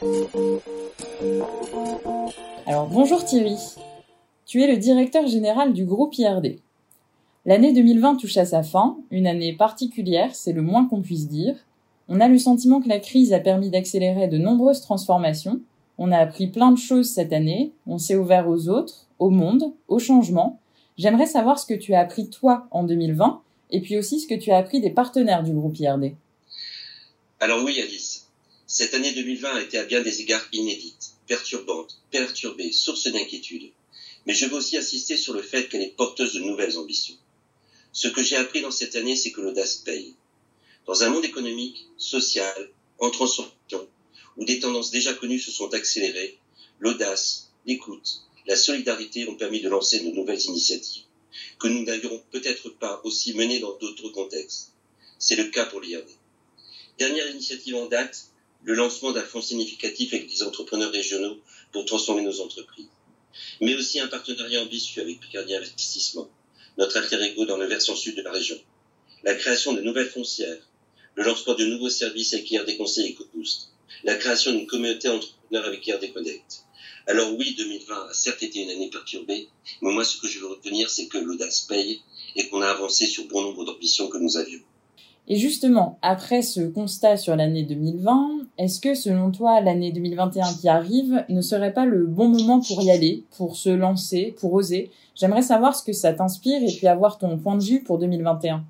Alors bonjour Thierry, tu es le directeur général du groupe IRD. L'année 2020 touche à sa fin, une année particulière, c'est le moins qu'on puisse dire. On a le sentiment que la crise a permis d'accélérer de nombreuses transformations. On a appris plein de choses cette année, on s'est ouvert aux autres, au monde, au changement. J'aimerais savoir ce que tu as appris toi en 2020 et puis aussi ce que tu as appris des partenaires du groupe IRD. Alors oui Alice, cette année 2020 a été à bien des égards inédite, perturbante, perturbée, source d'inquiétude. Mais je veux aussi insister sur le fait qu'elle est porteuse de nouvelles ambitions. Ce que j'ai appris dans cette année, c'est que l'audace paye. Dans un monde économique, social, en transformation, où des tendances déjà connues se sont accélérées, l'audace, l'écoute, la solidarité ont permis de lancer de nouvelles initiatives, que nous n'avions peut-être pas aussi menées dans d'autres contextes. C'est le cas pour l'IRD. Dernière initiative en date, le lancement d'un fonds significatif avec des entrepreneurs régionaux pour transformer nos entreprises. Mais aussi un partenariat ambitieux avec Picardie Investissement, notre alter ego dans le versant sud de la région. La création de nouvelles foncières, le lancement de nouveaux services avec IRD Conseil EcoBoost, la création d'une communauté entrepreneur avec IRD Connect. Alors oui, 2020 a certes été une année perturbée, mais moi ce que je veux retenir, c'est que l'audace paye et qu'on a avancé sur bon nombre d'ambitions que nous avions. Et justement, après ce constat sur l'année 2020, est-ce que selon toi, l'année 2021 qui arrive ne serait pas le bon moment pour y aller, pour se lancer, pour oser ? J'aimerais savoir ce que ça t'inspire et puis avoir ton point de vue pour 2021.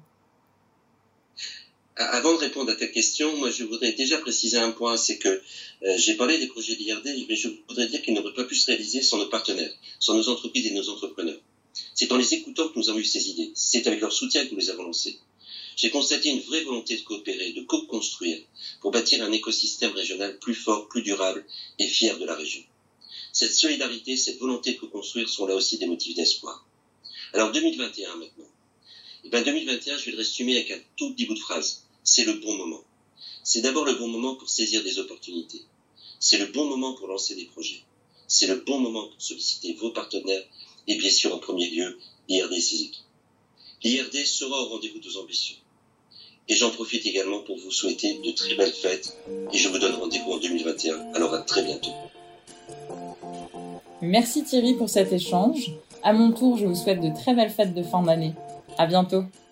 Avant de répondre à ta question, moi je voudrais déjà préciser un point, c'est que j'ai parlé des projets d'IRD, mais je voudrais dire qu'ils n'auraient pas pu se réaliser sans nos partenaires, sans nos entreprises et nos entrepreneurs. C'est en les écoutant que nous avons eu ces idées, c'est avec leur soutien que nous les avons lancées. J'ai constaté une vraie volonté de coopérer, de co-construire, pour bâtir un écosystème régional plus fort, plus durable et fier de la région. Cette solidarité, cette volonté de co-construire sont là aussi des motifs d'espoir. Alors 2021 maintenant. 2021, je vais le résumer avec un tout petit bout de phrase. C'est le bon moment. C'est d'abord le bon moment pour saisir des opportunités. C'est le bon moment pour lancer des projets. C'est le bon moment pour solliciter vos partenaires et bien sûr en premier lieu l'IRD et ses équipes. L'IRD sera au rendez-vous de vos ambitions. Et j'en profite également pour vous souhaiter de très belles fêtes et je vous donne rendez-vous en 2021. Alors à très bientôt. Merci Thierry pour cet échange. À mon tour, je vous souhaite de très belles fêtes de fin d'année. À bientôt.